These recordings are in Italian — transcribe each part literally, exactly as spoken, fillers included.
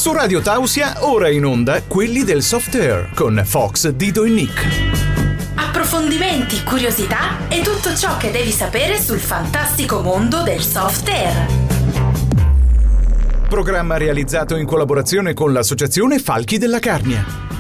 Su Radio Tausia, ora in onda Quelli del Soft Air con Fox, Dido e Nick. Approfondimenti, curiosità e tutto ciò che devi sapere sul fantastico mondo del soft air. Programma realizzato in collaborazione con l'associazione Falchi della Carnia.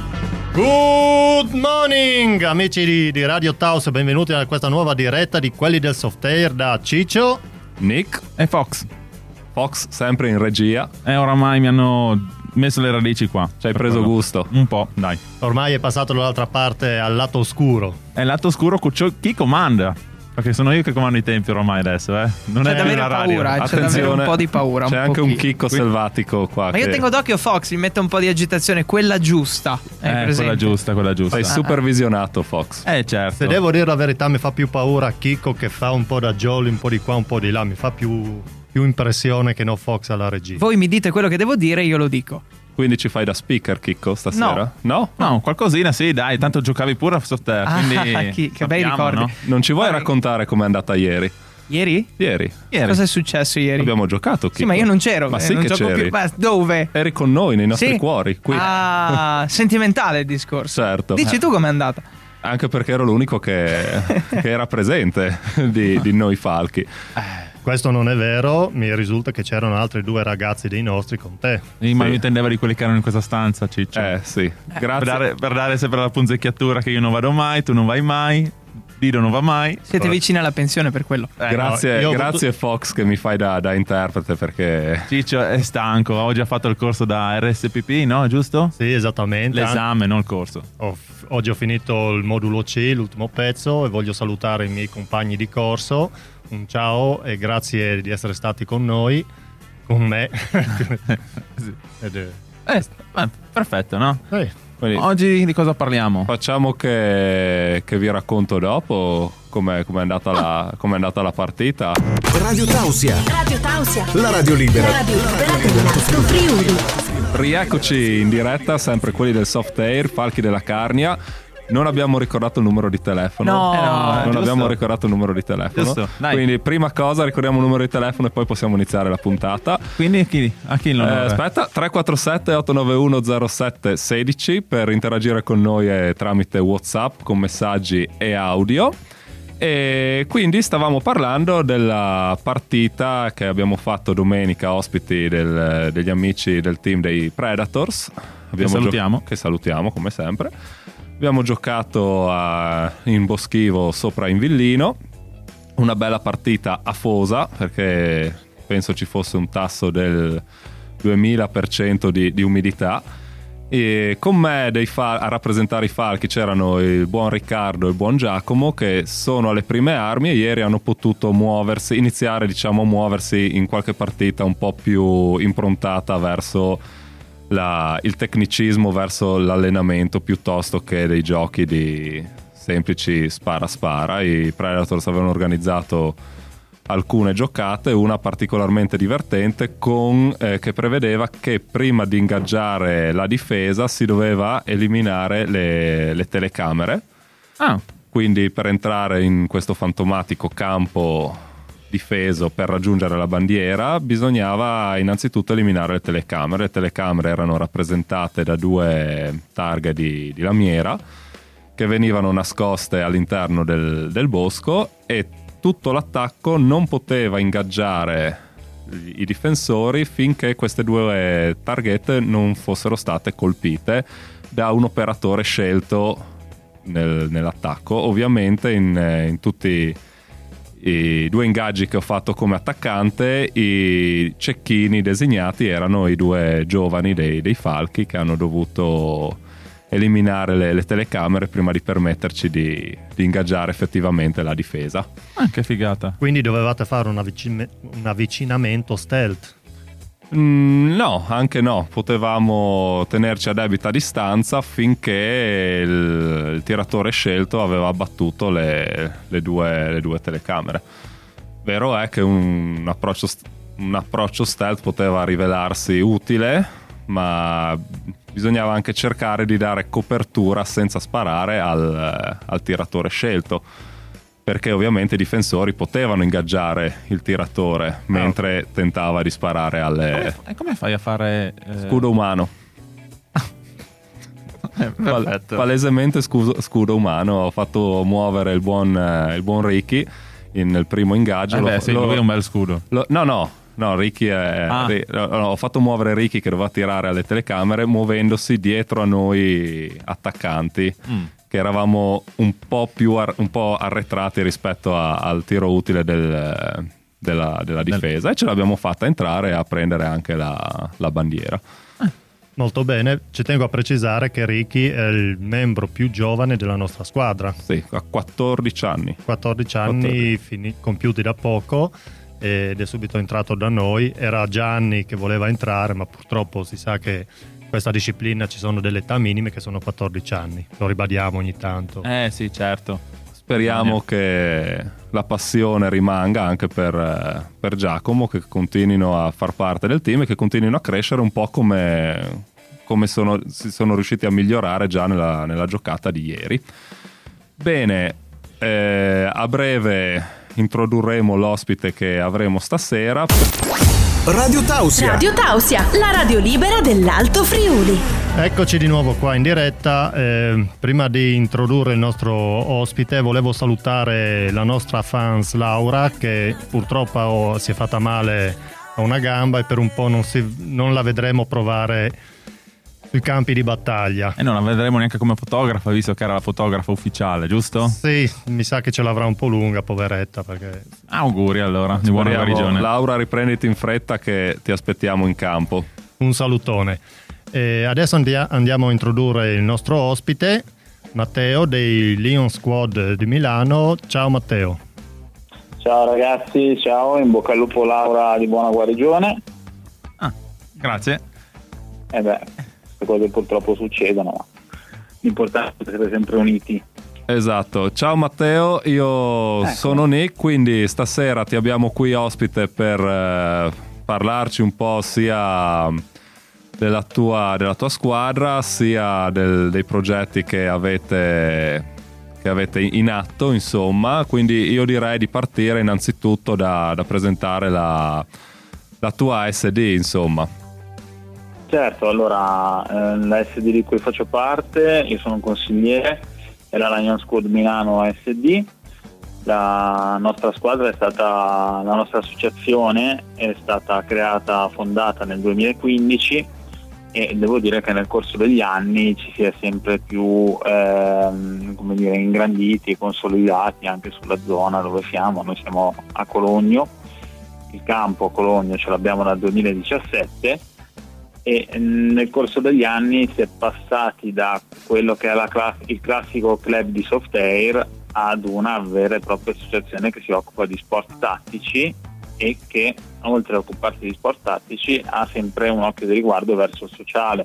Good morning amici di, di Radio Taos, benvenuti a questa nuova diretta di Quelli del Soft Air da Ciccio, Nick e Fox. Fox sempre in regia. E oramai mi hanno messo le radici qua. Ci hai preso Quello. gusto? Un po', dai. ormai è passato dall'altra parte al lato oscuro. È il lato oscuro con ciò- chi comanda? Perché sono io che comando i tempi ormai adesso, eh. Non C'è è da avere la radio. paura, c'è da avere Attenzione, un po' di paura. c'è un anche un pochino. chicco selvatico qua. Ma io che tengo d'occhio Fox, mi mette un po' di agitazione, quella giusta. È Eh, presente? quella giusta, quella giusta. Sei supervisionato, Fox. Eh, certo. Se devo dire la verità, mi fa più paura Chicco che fa un po' da jolly, un po' di qua, un po' di là. Mi fa più, più impressione che no Fox alla regia. Voi mi dite quello che devo dire, io lo dico. Quindi ci fai da speaker, Chicco, stasera? No? No, qualcosina, sì, dai, tanto giocavi pure a soft air, quindi Ah, chi- che bei sappiamo, ricordi. no? Non ci vuoi Vai. raccontare com'è andata ieri? Ieri? Ieri. Ieri. Cosa è successo ieri? Abbiamo giocato, Chicco. Sì, ma io non c'ero. Ma eh, sì non che gioco c'eri. più. Ma dove? Eri con noi, nei nostri Sì? cuori, qui. Ah, sentimentale il discorso. Certo. Dici Eh. tu com'è andata? Anche perché ero l'unico che, che era presente di, di noi falchi. Questo non è vero, mi risulta che c'erano altri due ragazzi dei nostri con te. Sì, ma Sì. mi intendeva di quelli che erano in questa stanza, Ciccio. Eh sì, Per grazie. dare, per dare sempre la punzecchiatura che io non vado mai, tu non vai mai, Dido non va mai. Siete vicini alla pensione per quello. Eh, Grazie, no, io ho grazie Fox che mi fai da, da interprete perché Ciccio è stanco, oggi ha fatto il corso da R S P P, no? Giusto? Sì, esattamente. L'esame, non il corso. Ho- oggi ho finito il modulo C, l'ultimo pezzo, e voglio salutare i miei compagni di corso. Un ciao e grazie di essere stati con noi, con me. Ed è- Eh, eh, perfetto, no? eh, quindi Oggi di cosa parliamo? facciamo che, che vi racconto dopo com'è, com'è andata la, com'è andata la partita. Radio Tausia, Radio Tausia, la radio libera. la radio libera dell'Alto Friuli. Rieccoci in diretta, sempre quelli del Soft Air, Falchi della Carnia. Non abbiamo ricordato il numero di telefono. No, Eh no, non giusto. abbiamo ricordato il numero di telefono. Giusto, dai. Quindi prima cosa ricordiamo il numero di telefono e poi possiamo iniziare la puntata. Quindi a chi, a chi Eh, l'onore? aspetta, tre quattro sette otto nove uno zero sette uno sei per interagire con noi eh, tramite WhatsApp con messaggi e audio. E quindi stavamo parlando della partita che abbiamo fatto domenica, ospiti del- degli amici del team dei Predators. Abbiamo salutiamo. che salutiamo come sempre. Abbiamo giocato a- in boschivo sopra in Villino, una bella partita afosa perché penso ci fosse un tasso del duemila per cento di, di umidità. E con me dei fal- a rappresentare i falchi c'erano il buon Riccardo e il buon Giacomo, che sono alle prime armi e ieri hanno potuto muoversi, iniziare diciamo a muoversi in qualche partita un po' più improntata verso la- il tecnicismo, verso l'allenamento piuttosto che dei giochi di semplici spara spara. I Predators avevano organizzato alcune giocate, una particolarmente divertente con, eh, che prevedeva che prima di ingaggiare la difesa si doveva eliminare le, le telecamere. Ah, Quindi per entrare in questo fantomatico campo difeso per raggiungere la bandiera bisognava innanzitutto eliminare le telecamere. Le telecamere erano rappresentate da due targhe di, di lamiera che venivano nascoste all'interno del, del bosco, e tutto l'attacco non poteva ingaggiare i difensori finché queste due targhette non fossero state colpite da un operatore scelto nel- nell'attacco. Ovviamente in, in tutti i due ingaggi che ho fatto come attaccante i cecchini designati erano i due giovani dei, dei falchi che hanno dovuto eliminare le, le telecamere prima di permetterci di, di ingaggiare effettivamente la difesa. ah, che figata. quindi dovevate fare un, avvicin- un avvicinamento stealth. Mm, no, anche no, potevamo tenerci a debita distanza finché il, il tiratore scelto aveva abbattuto le, le, due, le due telecamere. Vero è che un approccio, st- un approccio stealth poteva rivelarsi utile, ma bisognava anche cercare di dare copertura senza sparare al, al tiratore scelto. perché ovviamente i difensori potevano ingaggiare il tiratore mentre oh. tentava di sparare alle... E come fai a fare... Eh... Scudo umano. eh, Pal- palesemente scudo, scudo umano. Ho fatto muovere il buon, eh, il buon Ricky in, nel primo ingaggio. Eh beh, lo, sì, lo, lui è un bel scudo. Lo, no, no. No, Ricky è... Ah. Ri, no, no, ho fatto muovere Ricky che doveva tirare alle telecamere muovendosi dietro a noi attaccanti. Mm. Che eravamo un po' più ar- un po' arretrati rispetto a- al tiro utile del, della, della difesa, e ce l'abbiamo fatta entrare a prendere anche la, la bandiera. Molto bene, ci tengo a precisare che Ricky è il membro più giovane della nostra squadra. Sì, ha quattordici anni. quattordici anni quattordici. Fini- compiuti da poco, ed è subito entrato da noi. Era già anni che voleva entrare, ma purtroppo si sa che questa disciplina ci sono delle età minime che sono quattordici anni, lo ribadiamo ogni tanto. Eh sì, certo. Speriamo che la passione rimanga anche per, per Giacomo, che continuino a far parte del team e che continuino a crescere un po' come, come sono, si sono riusciti a migliorare già nella, nella giocata di ieri. Bene, eh, a breve introdurremo l'ospite che avremo stasera. Radio Tausia. Radio Tausia, la radio libera dell'Alto Friuli. Eccoci di nuovo qua in diretta. Eh, prima di introdurre il nostro ospite volevo salutare la nostra fans Laura, che purtroppo oh, si è fatta male a una gamba e per un po' non, si, non la vedremo provare sui campi di battaglia. E non la vedremo neanche come fotografa, visto che era la fotografa ufficiale, giusto? Sì, mi sa che ce l'avrà un po' lunga, poveretta, perché... Auguri allora, di buona guarigione. Laura, riprenditi in fretta che ti aspettiamo in campo. Un salutone. E adesso andia- andiamo a introdurre il nostro ospite, Matteo dei Lion Squad di Milano. Ciao Matteo. Ciao ragazzi, ciao, in bocca al lupo Laura, di buona guarigione. Ah, grazie. Eh beh, queste cose purtroppo succedono, ma l'importante è essere sempre uniti. Esatto, ciao Matteo, io ecco. sono Nick, quindi stasera ti abbiamo qui ospite per eh, parlarci un po' sia della tua, della tua squadra, sia del, dei progetti che avete, che avete in atto, insomma. Quindi io direi di partire innanzitutto da, da presentare la, la tua S D, insomma. Certo, allora eh, la S D di cui faccio parte, io sono un consigliere, è la Lion Squad Milano S D. La nostra squadra è stata, la nostra associazione è stata creata, fondata nel duemilaquindici, e devo dire che nel corso degli anni ci si è sempre più ehm, come dire, ingranditi e consolidati anche sulla zona dove siamo. Noi siamo a Cologno, il campo a Cologno ce l'abbiamo dal duemiladiciassette, e nel corso degli anni si è passati da quello che è la class- il classico club di soft air ad una vera e propria associazione che si occupa di sport tattici e che, oltre a occuparsi di sport tattici, ha sempre un occhio di riguardo verso il sociale.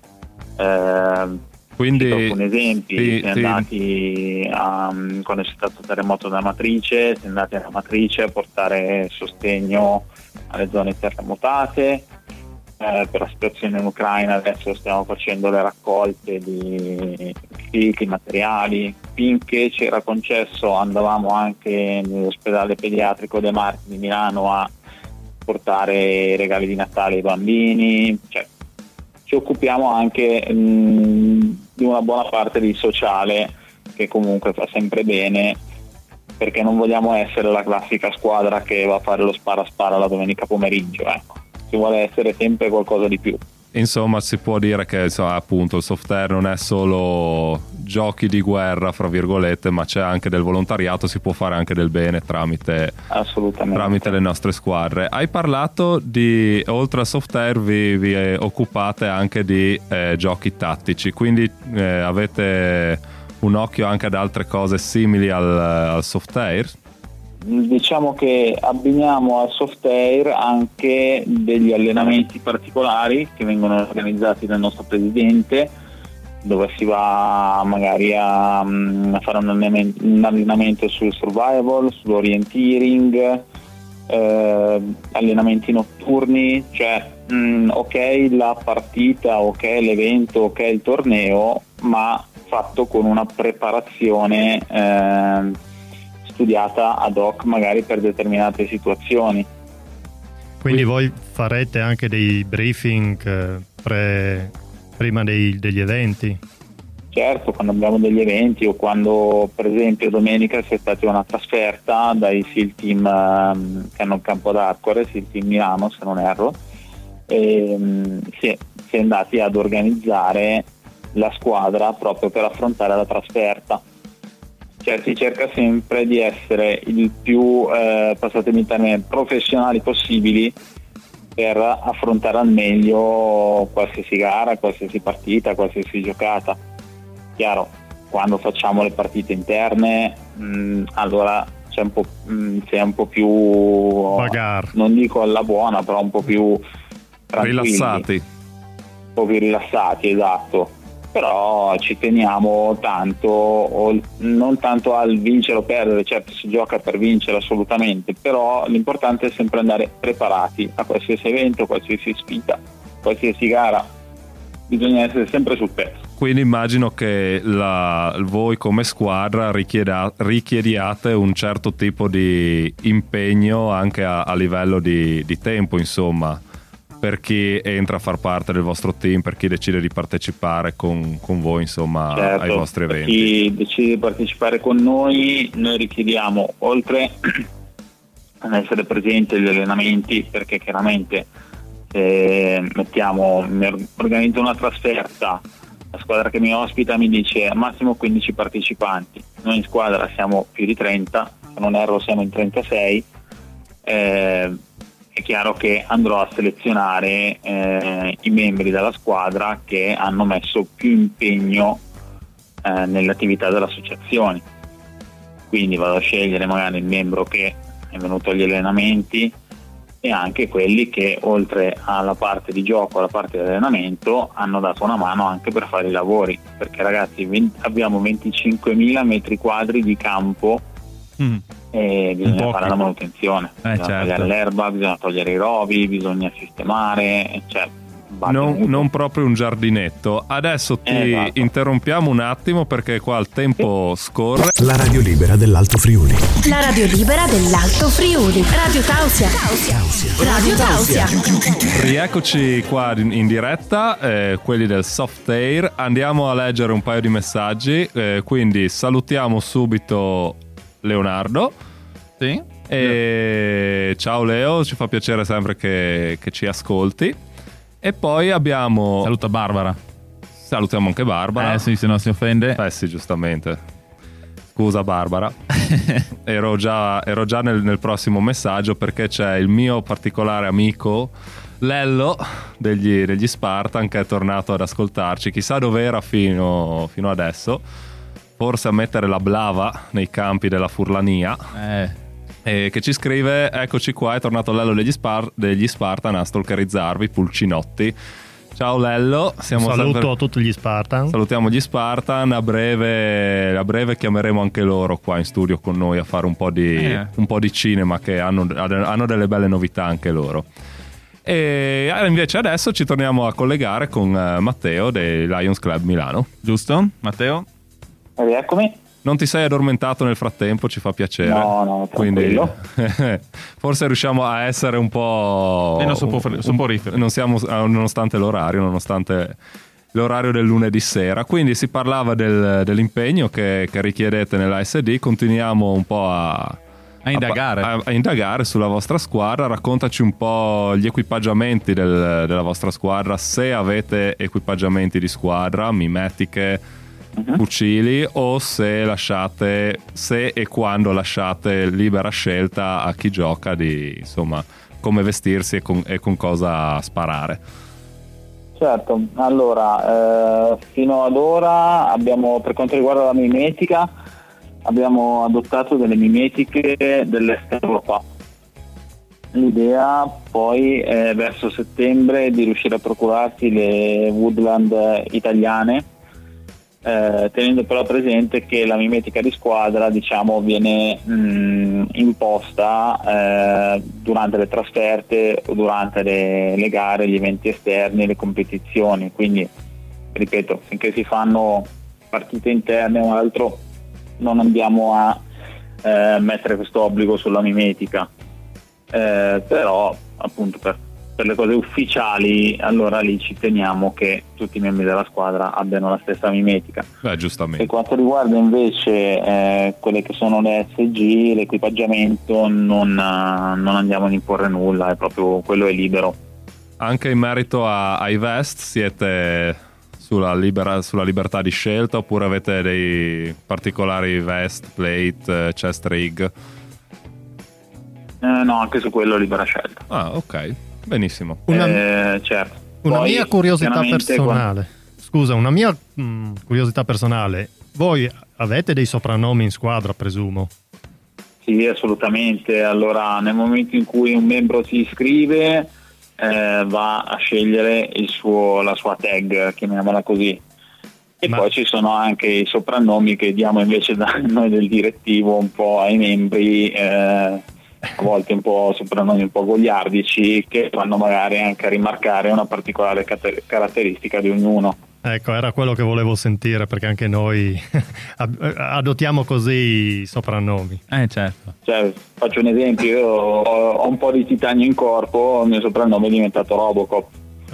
Eh, Quindi alcuni esempi, sì, si è sì. andati a, quando c'è stato il terremoto da Matrice, si è andati alla Matrice a portare sostegno alle zone terremotate. Eh, per la situazione in Ucraina adesso stiamo facendo le raccolte di fiti, materiali. Finché c'era concesso andavamo anche nell'ospedale pediatrico De Marchi di Milano a portare i regali di Natale ai bambini. Cioè, ci occupiamo anche mh, di una buona parte di sociale, che comunque fa sempre bene, perché non vogliamo essere la classica squadra che va a fare lo spara spara la domenica pomeriggio, ecco. Si vuole essere sempre qualcosa di più. Insomma, si può dire che insomma, appunto il soft air non è solo giochi di guerra, fra virgolette, ma c'è anche del volontariato, si può fare anche del bene tramite, Assolutamente. tramite le nostre squadre. Hai parlato di, oltre al soft air vi, vi occupate anche di eh, giochi tattici, quindi eh, avete un occhio anche ad altre cose simili al, al soft air? Diciamo che abbiniamo al soft air anche degli allenamenti particolari che vengono organizzati dal nostro presidente, dove si va magari a, a fare un allenamento, un allenamento sul survival, sull'orienteering, eh, allenamenti notturni, cioè mh, ok la partita, ok l'evento, ok il torneo, ma fatto con una preparazione eh, studiata ad hoc magari per determinate situazioni. Quindi voi farete anche dei briefing eh, pre, prima dei, degli eventi? Certo, quando abbiamo degli eventi o quando per esempio domenica c'è stata una trasferta dai SEAL Team um, che hanno il campo ad Arcore, SEAL Team Milano se non erro, e um, si, è, si è andati ad organizzare la squadra proprio per affrontare la trasferta. Cioè si cerca sempre di essere il più, eh, passatemi il termine, professionali possibili per affrontare al meglio qualsiasi gara, qualsiasi partita, qualsiasi giocata. Chiaro, quando facciamo le partite interne, mh, allora c'è un po', mh, c'è un po' più, Bagar. non dico alla buona, però un po' più tranquilli, Rilassati. un po' più rilassati, esatto. Però ci teniamo tanto, o, non tanto al vincere o perdere, certo si gioca per vincere assolutamente, però l'importante è sempre andare preparati a qualsiasi evento, qualsiasi sfida, qualsiasi gara, bisogna essere sempre sul pezzo. Quindi immagino che la, voi come squadra richieda, richiediate un certo tipo di impegno anche a, a livello di, di tempo, insomma, per chi entra a far parte del vostro team, per chi decide di partecipare con, con voi, insomma, certo, ai vostri eventi. Per chi decide di partecipare con noi, noi richiediamo, oltre ad essere presenti agli allenamenti, perché chiaramente se mettiamo, organizzo una trasferta, la squadra che mi ospita mi dice al massimo quindici partecipanti, noi in squadra siamo più di trenta, se non erro siamo in trentasei, eh, è chiaro che andrò a selezionare eh, i membri della squadra che hanno messo più impegno eh, nell'attività dell'associazione. Quindi vado a scegliere magari il membro che è venuto agli allenamenti e anche quelli che oltre alla parte di gioco, alla parte di allenamento, hanno dato una mano anche per fare i lavori. Perché ragazzi venti, abbiamo venticinquemila metri quadri di campo. Mm. E bisogna fare la manutenzione, eh, bisogna certo. togliere l'erba, bisogna togliere i rovi, bisogna sistemare, cioè, non, non proprio un giardinetto. Adesso ti esatto. interrompiamo un attimo perché qua il tempo scorre. La radio libera dell'Alto Friuli. La radio libera dell'Alto Friuli. Radio Tausia. Radio Tausia. Rieccoci qua in diretta, eh, quelli del Soft Air. Andiamo a leggere un paio di messaggi, eh, quindi salutiamo subito Leonardo. Sì. E ciao Leo, ci fa piacere sempre che, che ci ascolti. E poi abbiamo... Saluta Barbara. Salutiamo anche Barbara. Eh sì, se non si offende. Eh sì, giustamente. Scusa Barbara. ero già, ero già nel, nel prossimo messaggio perché c'è il mio particolare amico Lello degli, degli Spartan che è tornato ad ascoltarci. Chissà dove era fino, fino adesso. Forse a mettere la blava nei campi della Furlania. Eh. E che ci scrive: eccoci qua, è tornato Lello degli, Spar- degli Spartan a stalkerizzarvi, pulcinotti. Ciao Lello, siamo saluto sempre... a tutti gli Spartan. Salutiamo gli Spartan, a breve, a breve chiameremo anche loro qua in studio con noi a fare un po' di, eh. un po' di cinema, che hanno, hanno delle belle novità anche loro. E invece adesso ci torniamo a collegare con Matteo dei Lions Club Milano. Giusto, Matteo? Rieccomi. Non ti sei addormentato nel frattempo, ci fa piacere. No, no, quindi forse riusciamo a essere un po' meno soporiferi. Non siamo, nonostante l'orario, nonostante l'orario del lunedì sera. Quindi si parlava del, dell'impegno che, che richiedete nell'A S D. Continuiamo un po' a A indagare. A, a indagare sulla vostra squadra. Raccontaci un po' gli equipaggiamenti del, della vostra squadra, se avete equipaggiamenti di squadra, mimetiche, uh-huh. fucili, o se lasciate, se e quando lasciate libera scelta a chi gioca di, insomma, come vestirsi e con, e con cosa sparare. Certo, allora, eh, fino ad ora abbiamo, per quanto riguarda la mimetica, abbiamo adottato delle mimetiche dell'Est Europa. L'idea poi è verso settembre di riuscire a procurarsi le Woodland italiane, eh, tenendo però presente che la mimetica di squadra, diciamo, viene mh, imposta eh, durante le trasferte o durante le, le gare, gli eventi esterni, le competizioni. Quindi, ripeto, finché si fanno partite interne o altro, non andiamo a eh, mettere questo obbligo sulla mimetica, eh, però appunto per, per le cose ufficiali allora lì ci teniamo che tutti i membri della squadra abbiano la stessa mimetica. Beh, giustamente. Per quanto riguarda invece eh, quelle che sono le S G, l'equipaggiamento, non, uh, non andiamo ad imporre nulla, è proprio quello è libero. Anche in merito a, ai vest siete sulla, libera, sulla libertà di scelta, oppure avete dei particolari vest, plate, chest rig? Eh, no, anche su quello libera scelta. Ah, ok, benissimo. Una, eh, certo. una Poi, mia curiosità chiaramente, personale. Scusa, una mia mh, curiosità personale. Voi avete dei soprannomi in squadra, presumo? Sì, assolutamente. Allora, nel momento in cui un membro si iscrive, eh, va a scegliere il suo, la sua tag, chiamiamola così. E Ma... poi ci sono anche i soprannomi che diamo invece da noi del direttivo un po' ai membri, eh, a volte un po' soprannomi un po' goliardici, che vanno magari anche a rimarcare una particolare cat- caratteristica di ognuno. Ecco, era quello che volevo sentire, perché anche noi adottiamo così i soprannomi. Eh, certo. Cioè, faccio un esempio, io ho, ho un po' di titanio in corpo, il mio soprannome è diventato Robocop.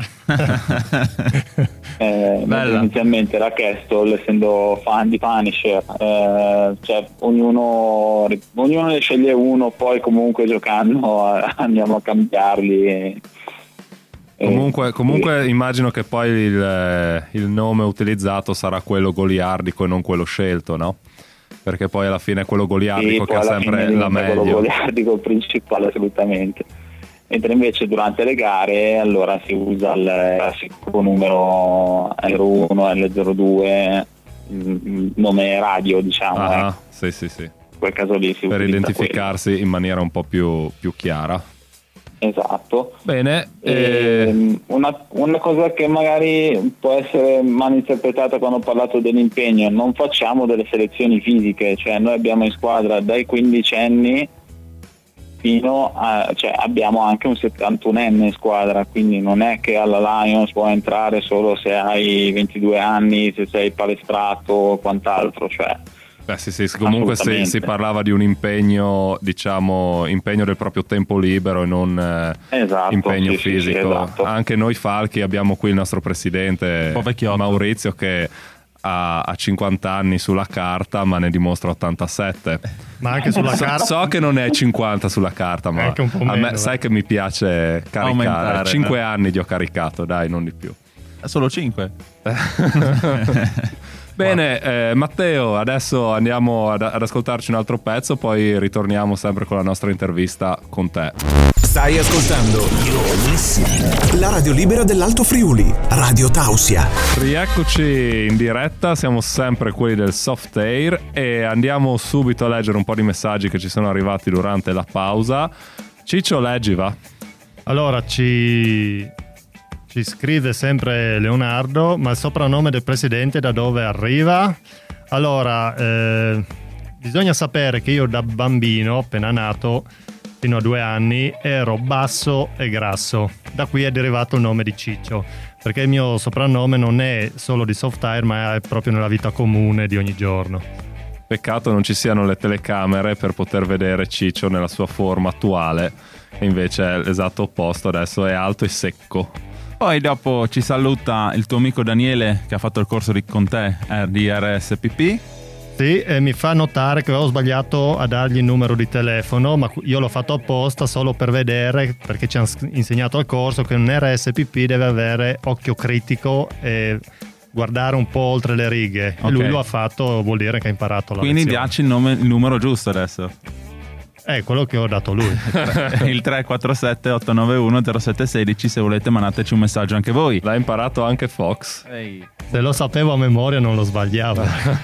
eh, inizialmente era Castle, essendo fan di Punisher, eh, cioè ognuno, ognuno ne sceglie uno, poi comunque giocando eh, andiamo a cambiarli. E, Comunque, comunque immagino che poi il, il nome utilizzato sarà quello goliardico e non quello scelto, no? Perché poi alla fine è quello goliardico sì, che ha sempre la meglio. Quello goliardico il principale, assolutamente. Mentre invece durante le gare allora si usa il classico numero L uno, L zero due, il nome radio, diciamo. Ah, eh. sì, sì, sì. In quel caso lì si per utilizza identificarsi quello in maniera un po' più, più chiara. Esatto. Bene. E eh... una, una cosa che magari può essere malinterpretata quando ho parlato dell'impegno: non facciamo delle selezioni fisiche, cioè noi abbiamo in squadra dai quindicenni fino a, cioè abbiamo anche un settantunenne in squadra, quindi non è che alla Lions può entrare solo se hai ventidue anni, se sei palestrato o quant'altro, cioè. Beh, sì, sì, comunque si, si parlava di un impegno, diciamo, impegno del proprio tempo libero e non eh, esatto, impegno sì, fisico. Sì, esatto. Anche noi Falchi abbiamo qui il nostro presidente Maurizio che ha, ha cinquanta anni sulla carta, ma ne dimostra ottantasette. Ma anche sulla so, carta? So che non è cinquanta sulla carta, ma anche un po' a meno, me, sai che mi piace caricare. Aumentare, cinque eh. anni gli ho caricato, dai, non di più. Solo cinque? Bene, eh, Matteo, adesso andiamo ad, ad ascoltarci un altro pezzo, poi ritorniamo sempre con la nostra intervista con te. Stai ascoltando la radio libera dell'Alto Friuli, Radio Tausia. Rieccoci in diretta, siamo sempre quelli del Soft Air e andiamo subito a leggere un po' di messaggi che ci sono arrivati durante la pausa. Ciccio, leggi, va? Allora, ci... Ci scrive sempre Leonardo, ma il soprannome del presidente da dove arriva? Allora, eh, bisogna sapere che io da bambino, appena nato, fino a due anni, ero basso e grasso. Da qui è derivato il nome di Ciccio, perché il mio soprannome non è solo di Soft Air, ma è proprio nella vita comune di ogni giorno. Peccato non ci siano le telecamere per poter vedere Ciccio nella sua forma attuale, e invece è l'esatto opposto, adesso è alto e secco. Poi dopo ci saluta il tuo amico Daniele che ha fatto il corso di, con te di R S P P. Sì, e mi fa notare che avevo sbagliato a dargli il numero di telefono, ma io l'ho fatto apposta solo per vedere, perché ci hanno insegnato al corso che un R S P P deve avere occhio critico e guardare un po' oltre le righe. Okay. E lui lo ha fatto, vuol dire che ha imparato la Quindi lezione. dacci il, nome, il numero giusto adesso. È quello che ho dato lui. Il tre quattro sette otto nove uno zero sette uno sei, se volete mandateci un messaggio anche voi. L'ha imparato anche Fox. Ehi. Se lo sapevo a memoria non lo sbagliava.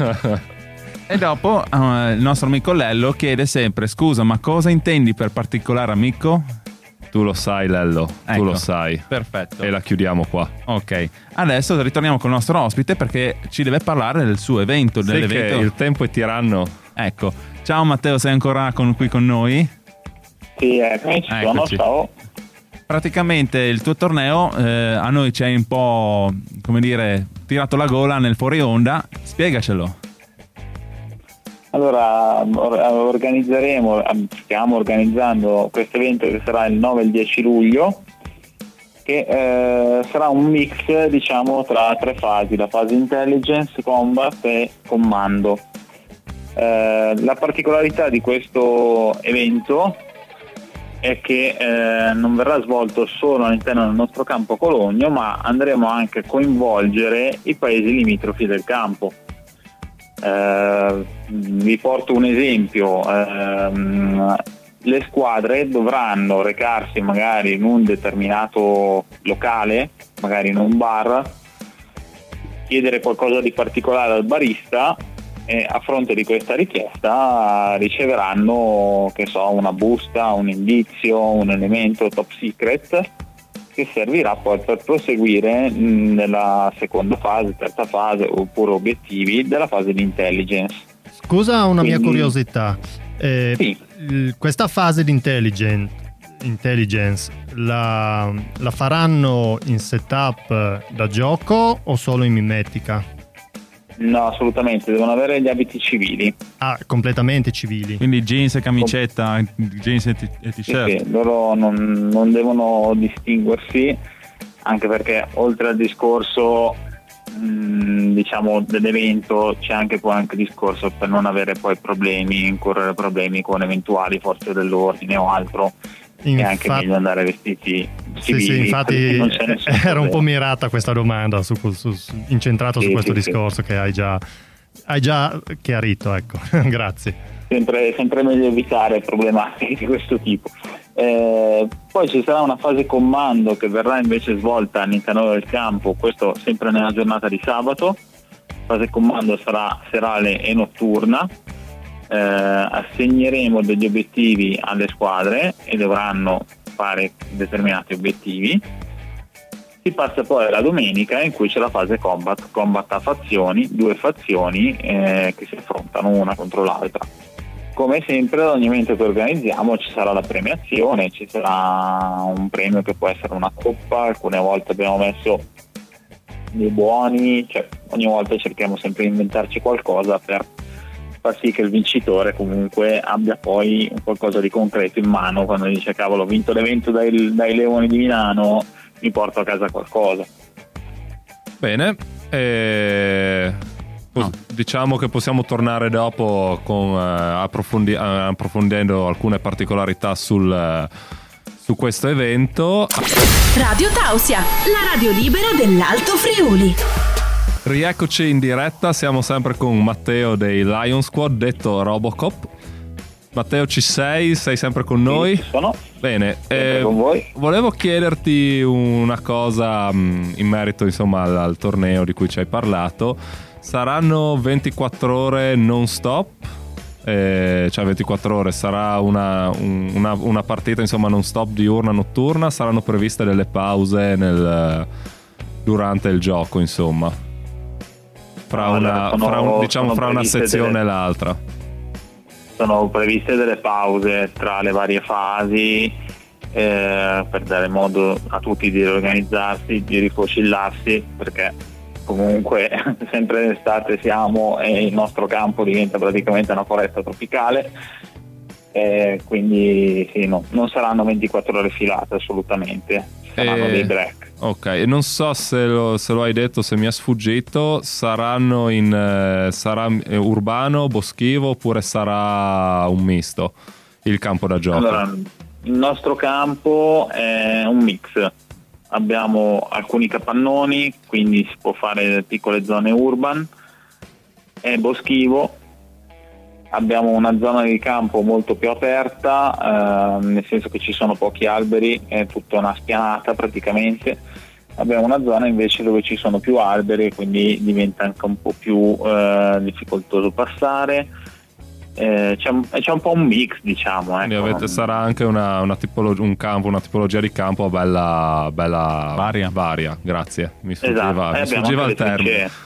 E dopo uh, il nostro amico Lello chiede sempre: scusa, ma cosa intendi per particolare amico? Tu lo sai, Lello, ecco, tu lo sai. Perfetto. E la chiudiamo qua. Ok, adesso ritorniamo con il nostro ospite perché ci deve parlare del suo evento. Sì, dell'evento. che il tempo è tiranno. Ecco, ciao Matteo, sei ancora con, qui con noi? Sì, eccoci, ci sono, ciao. Praticamente il tuo torneo eh, a noi ci hai un po', come dire, tirato la gola nel fuori onda. Spiegacelo. Allora or- organizzeremo, stiamo organizzando questo evento che sarà il nove e il dieci luglio, che eh, sarà un mix, diciamo, tra tre fasi: la fase intelligence, combat e comando. Eh, la particolarità di questo evento è che eh, non verrà svolto solo all'interno del nostro campo Cologno, ma andremo anche a coinvolgere i paesi limitrofi del campo. Eh, vi porto un esempio: eh, le squadre dovranno recarsi magari in un determinato locale, magari in un bar, chiedere qualcosa di particolare al barista, e a fronte di questa richiesta riceveranno, che so, una busta, un indizio, un elemento top secret che servirà poi per proseguire nella seconda fase, terza fase oppure obiettivi della fase di intelligence. Scusa una Quindi, mia curiosità, eh, sì. l- questa fase di intelligence, intelligence la, la faranno in setup da gioco o solo in mimetica? No, assolutamente, devono avere gli abiti civili. Ah, completamente civili. Quindi jeans e camicetta, jeans e, t- e t-shirt. Sì, sì, loro non, non devono distinguersi, anche perché oltre al discorso mh, diciamo dell'evento c'è anche poi anche il discorso per non avere poi problemi, incorrere problemi con eventuali forze dell'ordine o altro. Infatti, è anche meglio andare vestiti civili. Sì, sì, infatti non c'è nessun era problema. un po' mirata questa domanda, su, su, su, incentrato sì, su questo sì, discorso sì. che hai già, hai già chiarito, ecco. Grazie. Sempre, sempre meglio evitare problematiche di questo tipo. Eh, poi ci sarà una fase comando che verrà invece svolta all'interno del campo, questo sempre nella giornata di sabato. Fase comando sarà serale e notturna. Eh, assegneremo degli obiettivi alle squadre e dovranno fare determinati obiettivi. Si passa poi alla domenica in cui c'è la fase combat, combat a fazioni, due fazioni eh, che si affrontano una contro l'altra. Come sempre ad ogni evento che organizziamo ci sarà la premiazione, ci sarà un premio che può essere una coppa, alcune volte abbiamo messo dei buoni, cioè ogni volta cerchiamo sempre di inventarci qualcosa per far sì che il vincitore comunque abbia poi qualcosa di concreto in mano quando dice cavolo, ho vinto l'evento dai, dai Leoni di Milano, mi porto a casa qualcosa. Bene, e... no. diciamo che possiamo tornare dopo con, uh, approfondi- uh, approfondendo alcune particolarità sul, uh, su questo evento. Radio Tausia, la radio libera dell'Alto Friuli. Rieccoci in diretta, siamo sempre con Matteo dei Lion Squad, detto Robocop. Matteo, ci sei? Sei sempre con noi? Sì, ci sono. Bene, eh, con voi. Volevo chiederti una cosa mh, in merito insomma al, al torneo di cui ci hai parlato. Saranno ventiquattro ore non stop? Eh, cioè ventiquattro ore, sarà una, un, una, una partita insomma non stop diurna notturna? Saranno previste delle pause nel, durante il gioco insomma? Fra una, sono, fra un, diciamo fra una sezione delle, e l'altra. Sono previste delle pause tra le varie fasi eh, per dare modo a tutti di riorganizzarsi, di rifocillarsi, perché comunque sempre d'estate siamo e il nostro campo diventa praticamente una foresta tropicale, eh, quindi sì, no, non saranno ventiquattro ore filate assolutamente, saranno e... dei break. Ok, non so se lo, se lo hai detto, se mi è sfuggito, saranno in eh, sarà urbano, boschivo oppure sarà un misto il campo da gioco? Allora, il nostro campo è un mix, abbiamo alcuni capannoni, quindi si può fare piccole zone urban, è boschivo, abbiamo una zona di campo molto più aperta, eh, nel senso che ci sono pochi alberi, è tutta una spianata praticamente. Abbiamo una zona invece dove ci sono più alberi, quindi diventa anche un po' più eh, difficoltoso passare. Eh, c'è, c'è un po' un mix, diciamo. Quindi ecco. avete, sarà anche una, una tipolo- un campo, una tipologia di campo bella, bella varia. varia. Grazie, mi sfuggiva, Esatto. mi Eh, sfuggiva il termine. Trincee.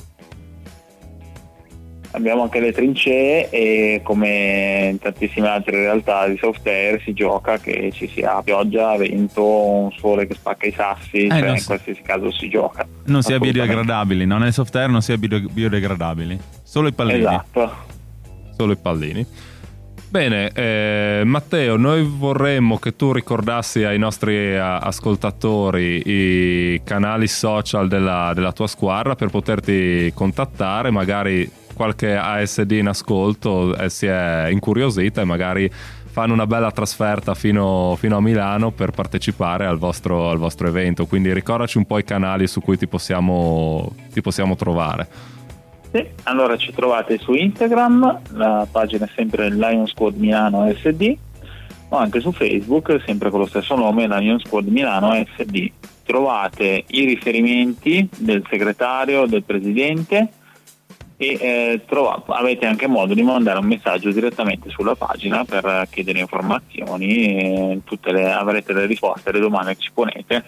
Abbiamo anche le trincee e come in tantissime altre realtà di soft air si gioca che ci sia pioggia, vento, un sole che spacca i sassi, eh, cioè in si... qualsiasi caso si gioca. Non si è biodegradabili, non è soft air, non si è biodegradabili. Solo i pallini. Esatto. Solo Solo i pallini. Bene, eh, Matteo, noi vorremmo che tu ricordassi ai nostri a- ascoltatori i canali social della, della tua squadra per poterti contattare, magari qualche A S D in ascolto eh, si è incuriosita e magari fanno una bella trasferta fino, fino a Milano per partecipare al vostro, al vostro evento, quindi ricordaci un po' i canali su cui ti possiamo, ti possiamo trovare. Sì, allora ci trovate su Instagram, la pagina è sempre Lion Squad Milano S D, o anche su Facebook, sempre con lo stesso nome, Lion Squad Milano S D. Trovate i riferimenti del segretario, del presidente, e eh, trova- avete anche modo di mandare un messaggio direttamente sulla pagina per chiedere informazioni e tutte le, avrete le risposte alle domande che ci ponete.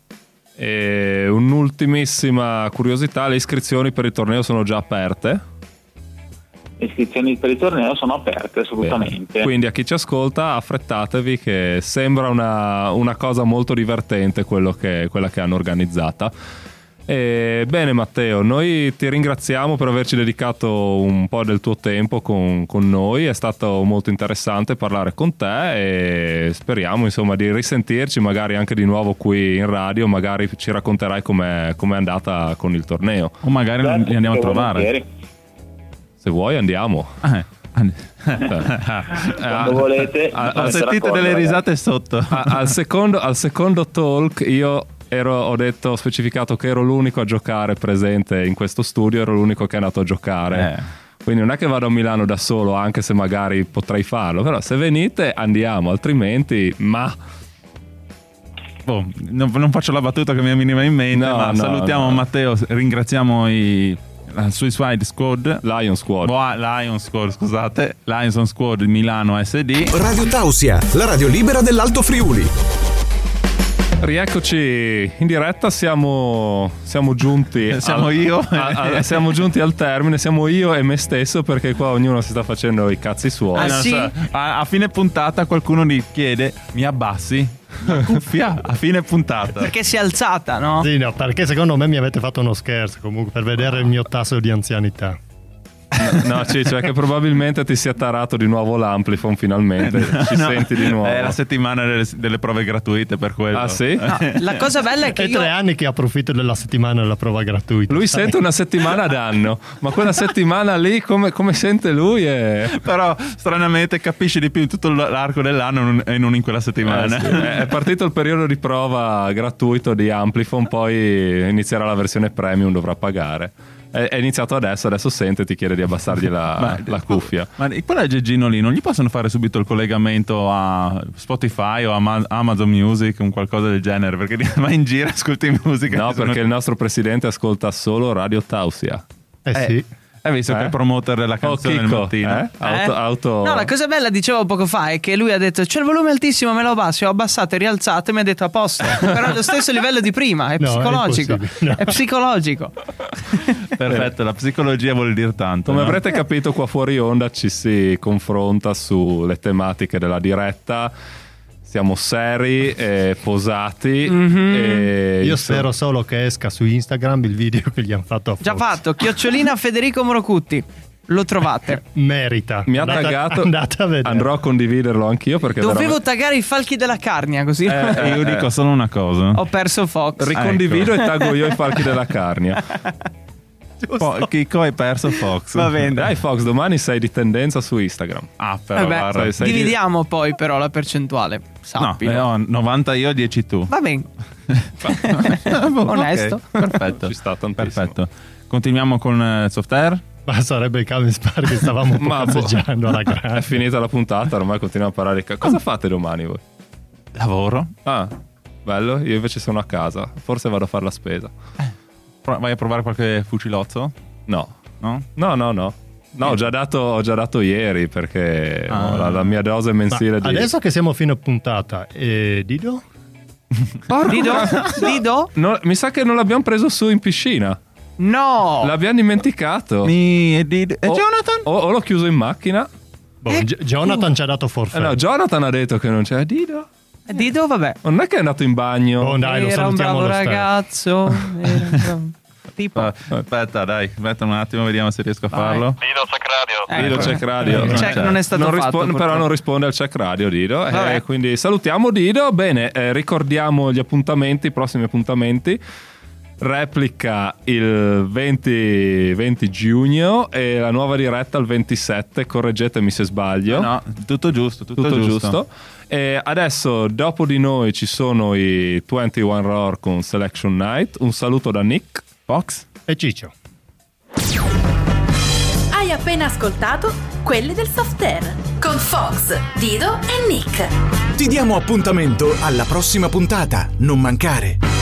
E un'ultimissima curiosità, le iscrizioni per il torneo sono già aperte? Le iscrizioni per il torneo sono aperte assolutamente. Bene. Quindi a chi ci ascolta affrettatevi, che sembra una, una cosa molto divertente quello che, quella che hanno organizzata. E bene Matteo, noi ti ringraziamo per averci dedicato un po' del tuo tempo con, con noi, è stato molto interessante parlare con te e speriamo insomma di risentirci magari anche di nuovo qui in radio, magari ci racconterai com'è, com'è andata con il torneo. O magari Certo, li andiamo a trovare. volentieri. Se vuoi andiamo. Eh, and- Quando volete. Ah, Ho Siete sentito d'accordo, delle ragazzi? risate sotto. A- al, secondo, al secondo talk io ero, ho detto, ho specificato che ero l'unico a giocare presente in questo studio, ero l'unico che è andato a giocare. Eh. Quindi non è che vado a Milano da solo, anche se magari potrei farlo, però se venite andiamo, altrimenti ma... Boh, non, non faccio la battuta che mi veniva in mente, No, ma no, salutiamo no. Matteo, ringraziamo i la Suicide Squad, Lion Squad. Boh, Lion Squad, scusate, Lion Squad Milano S D. Radio Tausia, la radio libera dell'Alto Friuli. Rieccoci in diretta, siamo, siamo giunti Siamo al, io. a- a- siamo giunti al termine, siamo io e me stesso, perché qua ognuno si sta facendo i cazzi suoi. Ah, Eh, non sì? so, a, a fine puntata qualcuno gli chiede: mi abbassi la cuffia a fine puntata? Perché si è alzata, no? Sì, no, perché secondo me mi avete fatto uno scherzo comunque per vedere il mio tasso di anzianità. No, Ciccio, è che probabilmente ti sia tarato di nuovo l'amplifon finalmente, ci No, senti di nuovo. È la settimana delle, delle prove gratuite per quello. Ah sì? No, la cosa bella è che È io tre anni che approfitto della settimana della prova gratuita. Lui sente una settimana d'anno, ma quella settimana lì come, come sente lui è... Però stranamente capisci di più in tutto l'arco dell'anno non- e non in quella settimana. Eh, sì. È partito il periodo di prova gratuito di Amplifon, poi inizierà la versione premium, dovrà pagare. È, è iniziato adesso, adesso sente e ti chiede di abbassargli la, Ma- la cuffia. Ma quella Geggino lì non gli possono fare subito il collegamento a Spotify o a Ma- Amazon Music, un qualcosa del genere, perché vai in giro e ascolti musica. No, Sono- perché il nostro presidente ascolta solo Radio Tausia. Eh Eh, sì. Hai visto che Eh? è il promoter della Oh, canzone del Chicco, mattino? eh? Auto, Eh? auto... No, la cosa bella, dicevo poco fa, è che lui ha detto c'è il volume altissimo, me lo abbasso, ho abbassato e rialzato e mi ha detto a posto. Però è lo stesso livello di prima, è No, è psicologico. impossibile, no. È psicologico. Perfetto, la psicologia vuol dire tanto. Come no? avrete capito, qua fuori onda ci si confronta sulle tematiche della diretta. Siamo seri e posati. Mhm. e Io insomma- spero solo che esca su Instagram il video che gli hanno fatto a Già Fox. fatto, chiocciolina Federico Morocutti. Lo trovate. Merita. Mi ha Andate- taggato. Andate a vedere. Andrò a condividerlo anch'io perché Dovevo veramente- taggare i falchi della Carnia, così Eh, io dico solo una cosa. ho perso Fox. ricondivido Ecco. e taggo io i falchi della Carnia. Po- Chicco hai perso Fox. Va bene. Dai Fox, domani sei di tendenza su Instagram. Ah, però Vabbè, guarda. sai- sai- dividiamo poi però la percentuale. No, Sappilo. eh, ho novanta io, dieci tu. Va bene. Onesto. Ok, perfetto. Ci sta tantissimo. Perfetto. Continuiamo con eh, Softair. Ma sarebbe il Calvin Spar che stavamo un po' Ma boh. cazzeggiando alla È grande. finita la puntata, ormai continuiamo a parlare di ca- Cosa fate domani voi? Lavoro. Ah, bello, io invece sono a casa. Forse vado a fare la spesa. Pro- Vai a provare qualche fucilozzo? No, No? no, no, no. No, ho già dato, ho già dato ieri perché Ah. no, la, la mia dose mensile Ma di... adesso che siamo a fine puntata, e Dido? Dido? Dido? No, mi sa che non l'abbiamo preso su in piscina. No. L'abbiamo dimenticato. Mi e di- e O- Jonathan? O, o l'ho chiuso in macchina. Boh, Gi- Jonathan ci ha dato forfè. Eh no, Jonathan ha detto che non c'è. Dido. Dido, vabbè. Non è che è andato in bagno. Oh, dai, lo Era un salutiamo bravo lo stesso. ragazzo. Era un bravo- Tipo. Ah, aspetta, dai, aspetta un attimo, vediamo se riesco a Vai. farlo. Dido Check Radio. Dido Ecco. Check Radio. Il check non è stato Non fatto, risponde- però purtroppo. non risponde al check radio Dido. Vabbè. Eh, quindi salutiamo Dido. Bene, eh, ricordiamo gli appuntamenti, i prossimi appuntamenti. Replica il venti, venti giugno e la nuova diretta il ventisette. Correggetemi se sbaglio. No, tutto giusto, tutto, Tutto giusto. giusto. E adesso, dopo di noi, ci sono i ventuno Roar con Selection Night. Un saluto da Nick, Fox E Ciccio. Hai appena ascoltato Quelli del Soft Air con Fox, Dido e Nick. Ti diamo appuntamento alla prossima puntata. Non mancare.